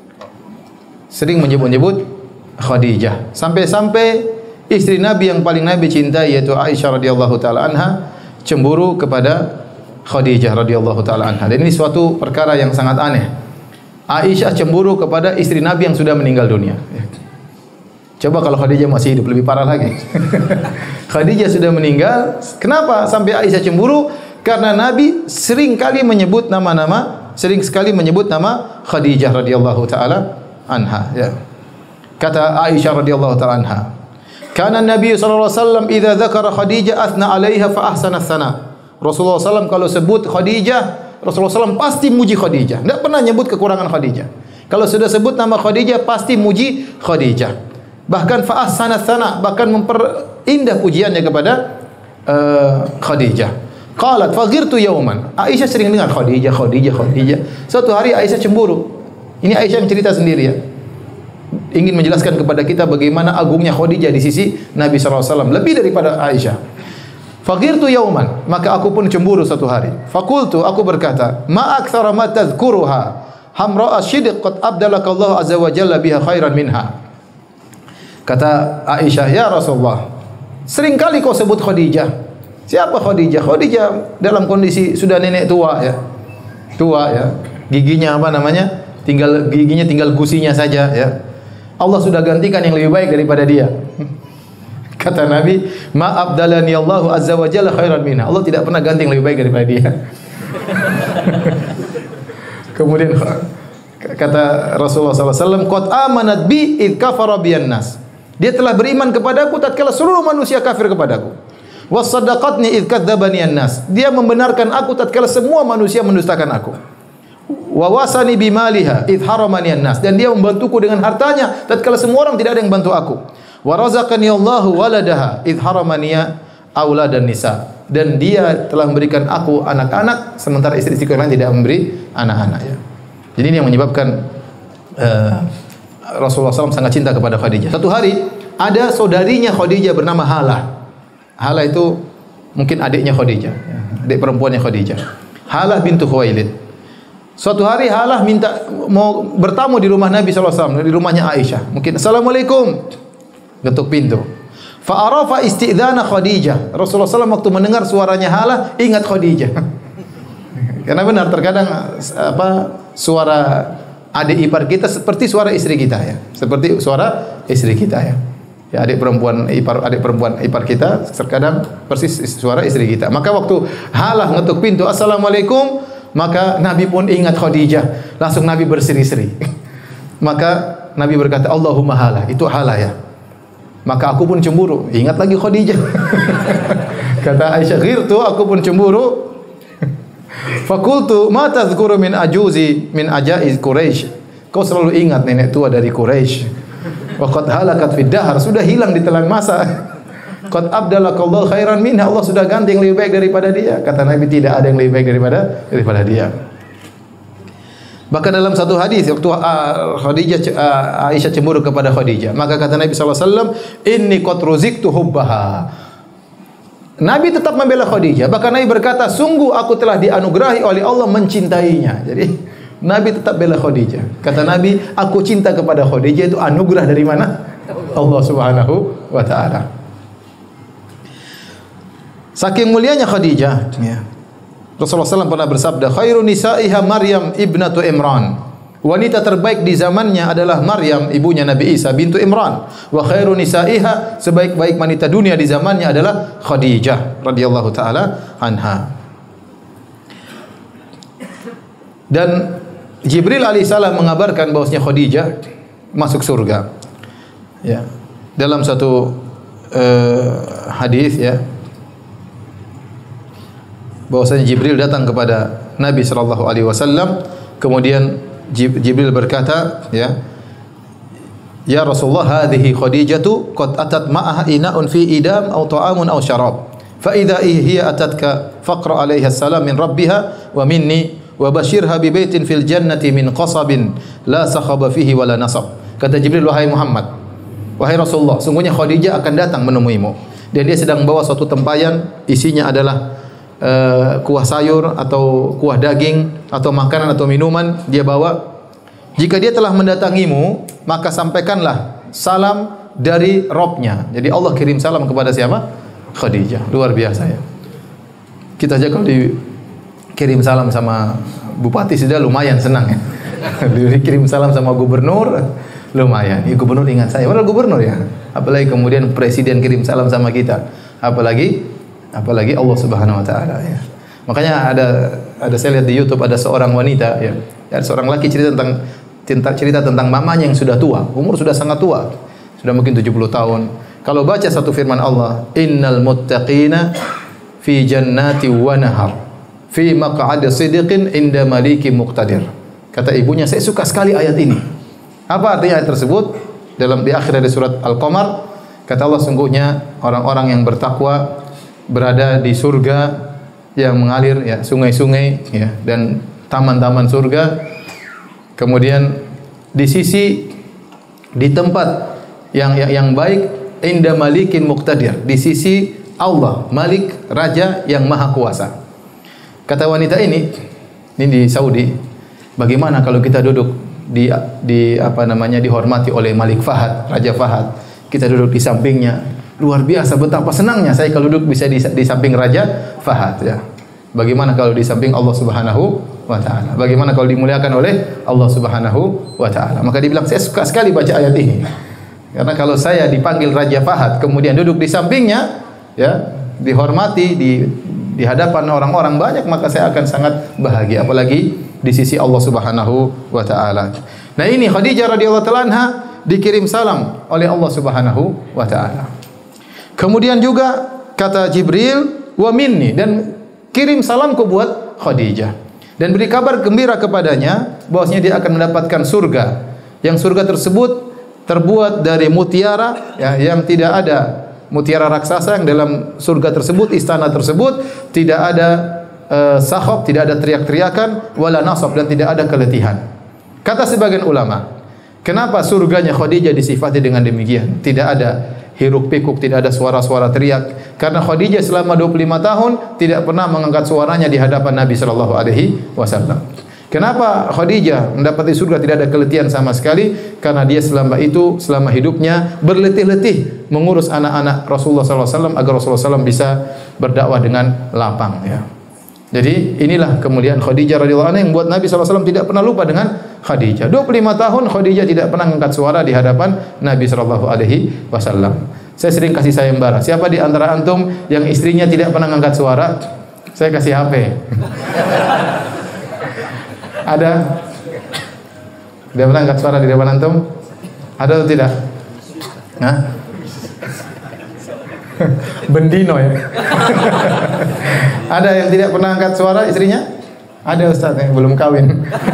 Sampai-sampai istri Nabi yang paling Nabi cintai yaitu Aisyah radhiyallahu taala anha cemburu kepada Khadijah radhiyallahu taala anha. Dan ini suatu perkara yang sangat aneh. Aisyah cemburu kepada istri Nabi yang sudah meninggal dunia. Coba kalau Khadijah masih hidup, lebih parah lagi. Khadijah sudah meninggal, kenapa sampai Aisyah cemburu? Karena Nabi sering sekali menyebut nama Khadijah radhiyallahu taala anha ya. Kata Aisyah radhiyallahu taala anha, "Kana Nabi sallallahu alaihi wasallam idza dzakara Khadijah athna 'alaiha fa ahsana tsana." Rasulullah SAW kalau sebut Khadijah, Rasulullah SAW pasti muji Khadijah. Tidak pernah nyebut kekurangan Khadijah. Kalau sudah sebut nama Khadijah pasti muji Khadijah. Bahkan fa ahsana tsana, bahkan memperindah pujiannya kepada Khadijah. Qalat faghirtu yawman. Aisyah sering dengar Khadijah. Suatu hari Aisyah cemburu. Ini Aisyah yang cerita sendiri ya. Ingin menjelaskan kepada kita bagaimana agungnya Khadijah di sisi Nabi sallallahu alaihi wasallam lebih daripada Aisyah. Faghirtu yawman, maka aku pun cemburu satu hari. Faqultu, aku berkata, ma aktsara ma tadhkuruha hamra asyidq qad abdalaka Allah azza wa jalla biha khairan minha. Kata Aisyah, ya Rasulullah, sering kali kau sebut Khadijah. Siapa Khadijah? Khadijah dalam kondisi sudah nenek tua ya. Giginya giginya tinggal gusinya saja ya. Allah sudah gantikan yang lebih baik daripada dia. Kata Nabi, ma abdalani Allahu azza wa jalla khairan minha. Allah tidak pernah ganti yang lebih baik daripada dia. Kemudian kata Rasulullah SAW, qad amanat bi id kafara biyan nas. Dia telah beriman kepadaku tatkala seluruh manusia kafir kepadaku. Wasaddaqatni id kadzdzabani an-nas. Dia membenarkan aku tatkala semua manusia mendustakan aku. Wa wasani bimaliha id haramani an-nas. Dan dia membantuku dengan hartanya tatkala semua orang tidak ada yang bantu aku. Wa razaqani Allahu waladaha id haramani auladan nisa. Dan dia telah memberikan aku anak-anak sementara istri-istri lain tidak memberi anak-anak ya. Jadi ini yang menyebabkan Rasulullah SAW sangat cinta kepada Khadijah. Satu hari ada saudarinya Khadijah bernama Halah. Halah itu mungkin adiknya Khadijah, adik perempuannya Khadijah. Halah bintu Khuwailid. Suatu hari Halah minta mau bertamu di rumah Nabi SAW, di rumahnya Aisyah. Mungkin Assalamualaikum, ketuk pintu. Fa'arafa isti'dzana Khadijah. Rasulullah SAW waktu mendengar suaranya Halah ingat Khadijah. Karena benar terkadang suara adik ipar kita seperti suara istri kita ya. Seperti suara istri kita ya. Ya, adik perempuan ipar kita terkadang persis suara istri kita. Maka waktu Halah ngetuk pintu, Assalamualaikum, maka Nabi pun ingat Khadijah. Langsung Nabi berseri-seri. Maka Nabi berkata, Allahumma Halah, itu Halah ya. Maka aku pun cemburu, ingat lagi Khadijah. Kata Aisyah, ghirtu, aku pun cemburu. Fakultu ma tadhkuru min ajaiz Quraisy. Kau selalu ingat nenek tua dari Quraisy. Wa qad halakat fid dahr, sudah hilang di telan masa. Qad abdalakallahu khairan minha, Allah sudah ganti yang lebih baik daripada dia. Kata Nabi, tidak ada yang lebih baik daripada dia. Bahkan dalam satu hadis waktu Aisyah cemburu kepada Khadijah, maka kata Nabi sallallahu alaihi wasallam, inni qad ruziktu hubbaha. Nabi tetap membela Khadijah. Bahkan Nabi berkata, sungguh aku telah dianugerahi oleh Allah mencintainya. Jadi Nabi tetap bela Khadijah. Kata Nabi, aku cinta kepada Khadijah itu anugerah dari mana? Allah Subhanahu wa taala. Saking mulianya Khadijah, ya. Rasulullah SAW pernah bersabda, khairu nisa'iha Maryam ibnatu Imran. Wanita terbaik di zamannya adalah Maryam, ibunya Nabi Isa bintu Imran. Wa khairu nisa'iha, sebaik-baik wanita dunia di zamannya adalah Khadijah radhiyallahu taala anha. Dan Jibril alaihissalam mengabarkan bahwasanya Khadijah masuk surga. Ya. Dalam satu hadis ya, bahwasanya Jibril datang kepada Nabi sallallahu alaihi wasallam, kemudian Jibril berkata, ya Rasulullah, hadhihi Khadijatu qad atat ma'aha ina'un fi idam aw ta'amun aw syarab. Fa idza hiya atatka faqra 'alaiha salam min rabbiha wa minni wa basyirha bi baitin fil jannati min qasabin la sakhaba fihi wala nasab. Kata Jibril, wahai Muhammad, wahai Rasulullah, sungguhnya Khadijah akan datang menemuimu dan dia sedang membawa suatu tempayan, isinya adalah kuah sayur atau kuah daging atau makanan atau minuman dia bawa. Jika dia telah mendatangimu, maka sampaikanlah salam dari Robnya. Jadi Allah kirim salam kepada siapa? Khadijah. Luar biasa ya. Kita aja kalau dikirim salam sama bupati sudah lumayan senang ya. Dikirim salam sama gubernur lumayan. Ya, gubernur ingat saya. Padahal gubernur ya. Apalagi kemudian presiden kirim salam sama kita. Apalagi Allah Subhanahu wa taala ya. Makanya ada saya lihat di YouTube ada seorang wanita ya, seorang laki cerita tentang mamanya yang sudah tua, umur sudah sangat tua. Sudah mungkin 70 tahun. Kalau baca satu firman Allah, innal muttaqina fi jannati wa nahar fi maq'adi sidqin inda malikin muqtadir. Kata ibunya, saya suka sekali ayat ini. Apa artinya ayat tersebut? Di akhir dari surat Al-Qamar, kata Allah, sungguhnya orang-orang yang bertakwa berada di surga yang mengalir ya, sungai-sungai ya, dan taman-taman surga. Kemudian di tempat yang baik, inda malikin muqtadir, di sisi Allah, Malik, raja yang maha kuasa. Kata wanita ini di Saudi, bagaimana kalau kita duduk dihormati oleh Malik Fahad, Raja Fahad, kita duduk di sampingnya. Luar biasa betapa senangnya saya kalau duduk bisa di samping Raja Fahad ya. Bagaimana kalau di samping Allah Subhanahu wa taala? Bagaimana kalau dimuliakan oleh Allah Subhanahu wa taala? Maka dibilang, saya suka sekali baca ayat ini. Karena kalau saya dipanggil Raja Fahad kemudian duduk di sampingnya ya, dihormati di hadapan orang-orang banyak, maka saya akan sangat bahagia, apalagi di sisi Allah Subhanahu wa taala. Nah, ini Khadijah radhiyallahu taala anha dikirim salam oleh Allah Subhanahu wa taala. Kemudian juga kata Jibril, wa minni, dan kirim salamku buat Khadijah dan beri kabar gembira kepadanya bahwasanya dia akan mendapatkan surga, yang surga tersebut terbuat dari mutiara ya, yang tidak ada mutiara raksasa, yang dalam surga tersebut, istana tersebut tidak ada sahab, tidak ada teriak-teriakan, wala nasab, dan tidak ada keletihan. Kata sebagian ulama, kenapa surganya Khadijah disifati dengan demikian? Tidak ada hiruk pikuk, tidak ada suara-suara teriak, karena Khadijah selama 25 tahun tidak pernah mengangkat suaranya di hadapan Nabi sallallahu alaihi wasallam. Kenapa Khadijah mendapati surga tidak ada keletihan sama sekali? Karena dia selama hidupnya berletih-letih mengurus anak-anak Rasulullah SAW agar Rasulullah SAW bisa berdakwah dengan lapang. Ya. Jadi inilah kemuliaan Khadijah radhiyallahu anha yang membuat Nabi SAW tidak pernah lupa dengan Khadijah. 25 tahun Khadijah tidak pernah mengangkat suara di hadapan Nabi SAW. Saya sering kasih sayembara. Siapa di antara antum yang istrinya tidak pernah mengangkat suara? Saya kasih HP. Ada? Dia pernah angkat suara di depan antum? Ada atau tidak? Hah? Bendino ya. Ada yang tidak pernah angkat suara istrinya? Ada Ustaz yang belum kawin.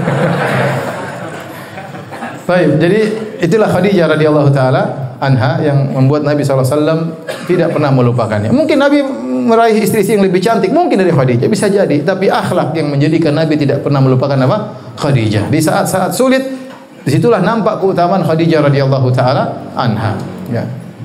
Baik, jadi itulah Khadijah radhiyallahu taala anha yang membuat Nabi SAW tidak pernah melupakannya. Mungkin Nabi meraih istri yang lebih cantik, mungkin dari Khadijah, bisa jadi. Tapi akhlak yang menjadikan Nabi tidak pernah melupakan apa? Khadijah. Di saat-saat sulit, disitulah nampak keutamaan Khadijah radhiyallahu taala anha. Ya.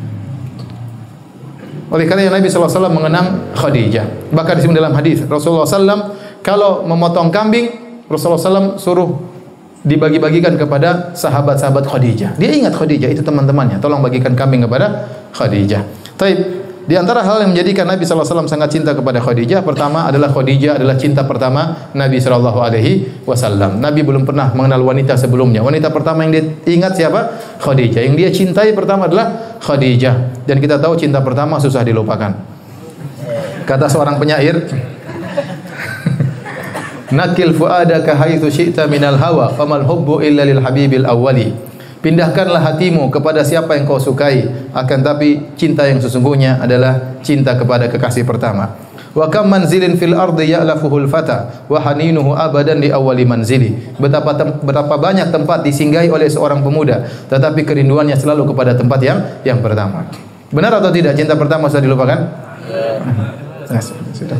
Oleh karena Nabi SAW mengenang Khadijah. Bahkan disebut dalam hadis Rasulullah SAW kalau memotong kambing, Rasulullah SAW suruh dibagi-bagikan kepada sahabat-sahabat Khadijah. Dia ingat Khadijah itu teman-temannya. Tolong bagikan kambing kepada Khadijah. Taib. Di antara hal yang menjadikan Nabi SAW sangat cinta kepada Khadijah, pertama adalah Khadijah adalah cinta pertama Nabi SAW. Nabi belum pernah mengenal wanita sebelumnya. Wanita pertama yang dia ingat siapa? Khadijah. Yang dia cintai pertama adalah Khadijah. Dan kita tahu cinta pertama susah dilupakan. Kata seorang penyair, nakil fuadaka haitsu syi'ta minal hawa famal hubbu illa lil habibil awwali. Pindahkanlah hatimu kepada siapa yang kau sukai, akan tapi cinta yang sesungguhnya adalah cinta kepada kekasih pertama. Wa kam manzilin fil ardi ya'lafuhul fata wa haninuhu abadan li awwali manzili. Betapa banyak tempat disinggahi oleh seorang pemuda, tetapi kerinduannya selalu kepada tempat yang pertama. Benar atau tidak cinta pertama sudah dilupakan? Ya. Sudah.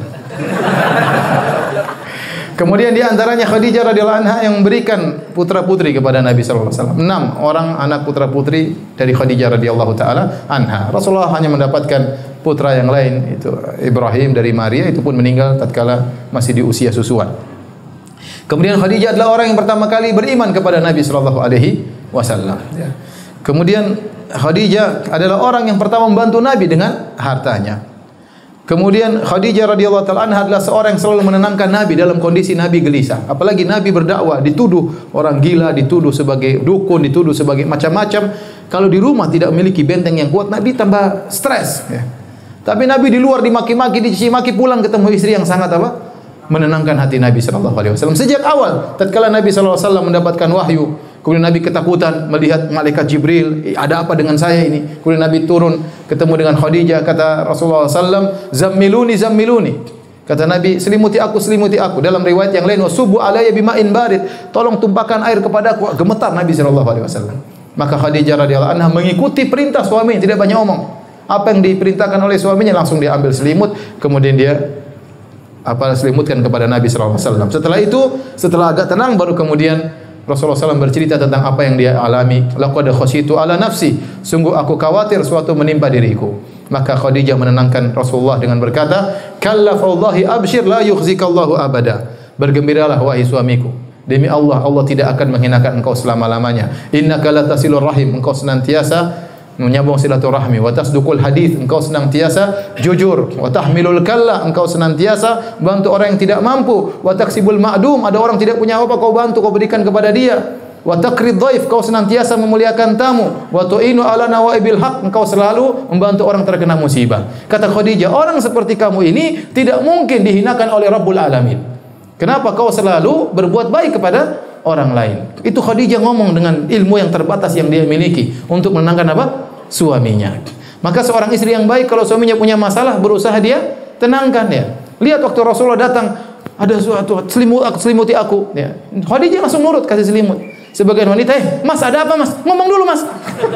Kemudian di antaranya Khadijah radhiyallahu anha yang memberikan putra-putri kepada Nabi sallallahu alaihi wasallam. 6 orang anak putra-putri dari Khadijah radhiyallahu taala anha. Rasulullah hanya mendapatkan putra yang lain, itu Ibrahim dari Maria, itu pun meninggal tatkala masih di usia susuan. Kemudian Khadijah adalah orang yang pertama kali beriman kepada Nabi sallallahu alaihi wasallam. Kemudian Khadijah adalah orang yang pertama membantu Nabi dengan hartanya. Kemudian Khadijah radhiyallahu taala anha adalah seorang yang selalu menenangkan Nabi dalam kondisi Nabi gelisah. Apalagi Nabi berdakwah, dituduh orang gila, dituduh sebagai dukun, dituduh sebagai macam-macam. Kalau di rumah tidak memiliki benteng yang kuat, Nabi tambah stres. Ya. Tapi Nabi di luar dimaki-maki, dicaci maki, pulang ketemu istri yang sangat apa? Menenangkan hati Nabi sallallahu alaihi wasallam. Sejak awal, tatkala Nabi sallallahu alaihi wasallam mendapatkan wahyu, kemudian Nabi ketakutan melihat malaikat Jibril, ada apa dengan saya ini? Kemudian Nabi turun ketemu dengan Khadijah, kata Rasulullah SAW, zammiluni zammiluni. Kata Nabi, selimuti aku, selimuti aku. Dalam riwayat yang lain, wasubu alayya bima'in barid. Tolong tumpahkan air kepadaku. Gemetar Nabi SAW. Maka Khadijah radhiyallahu anha mengikuti perintah suaminya, tidak banyak omong. Apa yang diperintahkan oleh suaminya langsung dia ambil selimut, kemudian dia selimutkan kepada Nabi SAW. Setelah itu, setelah agak tenang, baru kemudian Rasulullah SAW bercerita tentang apa yang dia alami. Laqad khasyitu ala nafsi, sungguh aku khawatir suatu menimpa diriku. Maka Khadijah menenangkan Rasulullah dengan berkata, kalla fawallahi abshir la yukhzikallahu abada. Bergembiralah wahai suamiku, demi Allah, Allah tidak akan menghinakan engkau selama-lamanya. Innaka latasilur rahim, engkau senantiasa menyambung silaturahmi, wa tasduqul hadits, engkau senantiasa jujur, wa tahmilul kalla, engkau senantiasa bantu orang yang tidak mampu, wa taksibul ma'dum, ada orang tidak punya apa kau bantu, kau berikan kepada dia, wa takrid dhaif, kau senantiasa memuliakan tamu, wa tu'inu ala nawaibil haq, engkau selalu membantu orang terkena musibah. Kata Khadijah, orang seperti kamu ini tidak mungkin dihinakan oleh Rabbul Alamin. Kenapa kau selalu berbuat baik kepada orang lain? Itu Khadijah ngomong dengan ilmu yang terbatas yang dia miliki untuk menenangkan apa? Suaminya. Maka seorang istri yang baik kalau suaminya punya masalah berusaha dia tenangkan ya. Lihat waktu Rasulullah datang, ada suatu selimuti aku ya. Khadijah langsung nurut kasih selimut. Sebagian wanita, Mas ada apa Mas? Ngomong dulu Mas.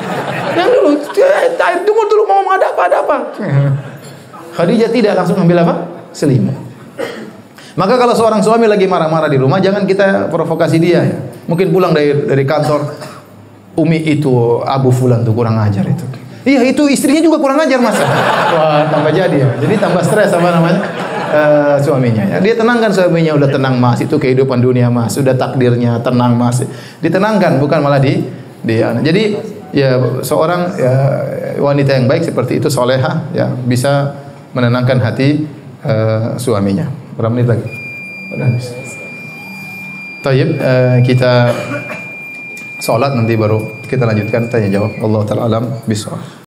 Yang dulu, tunggu dulu ngomong ada apa? Khadijah tidak, langsung ambil apa? Selimut. Maka kalau seorang suami lagi marah-marah di rumah, jangan kita provokasi dia ya. Mungkin pulang dari kantor, Umi itu Abu Fulan tuh kurang ajar itu. Iya, itu istrinya juga kurang ajar Mas. Wah, tambah jadi ya. Jadi tambah stres apa namanya? suaminya. Ya. Dia tenangkan suaminya, udah tenang mas, itu kehidupan dunia mas, sudah takdirnya tenang mas. Ditenangkan, bukan malah jadi ya seorang ya, wanita yang baik seperti itu solehah ya bisa menenangkan hati suaminya. Berapa menit lagi? Udah habis. Tayyib, kita sholat nanti baru kita lanjutkan tanya jawab. Allah taala alam bisawab.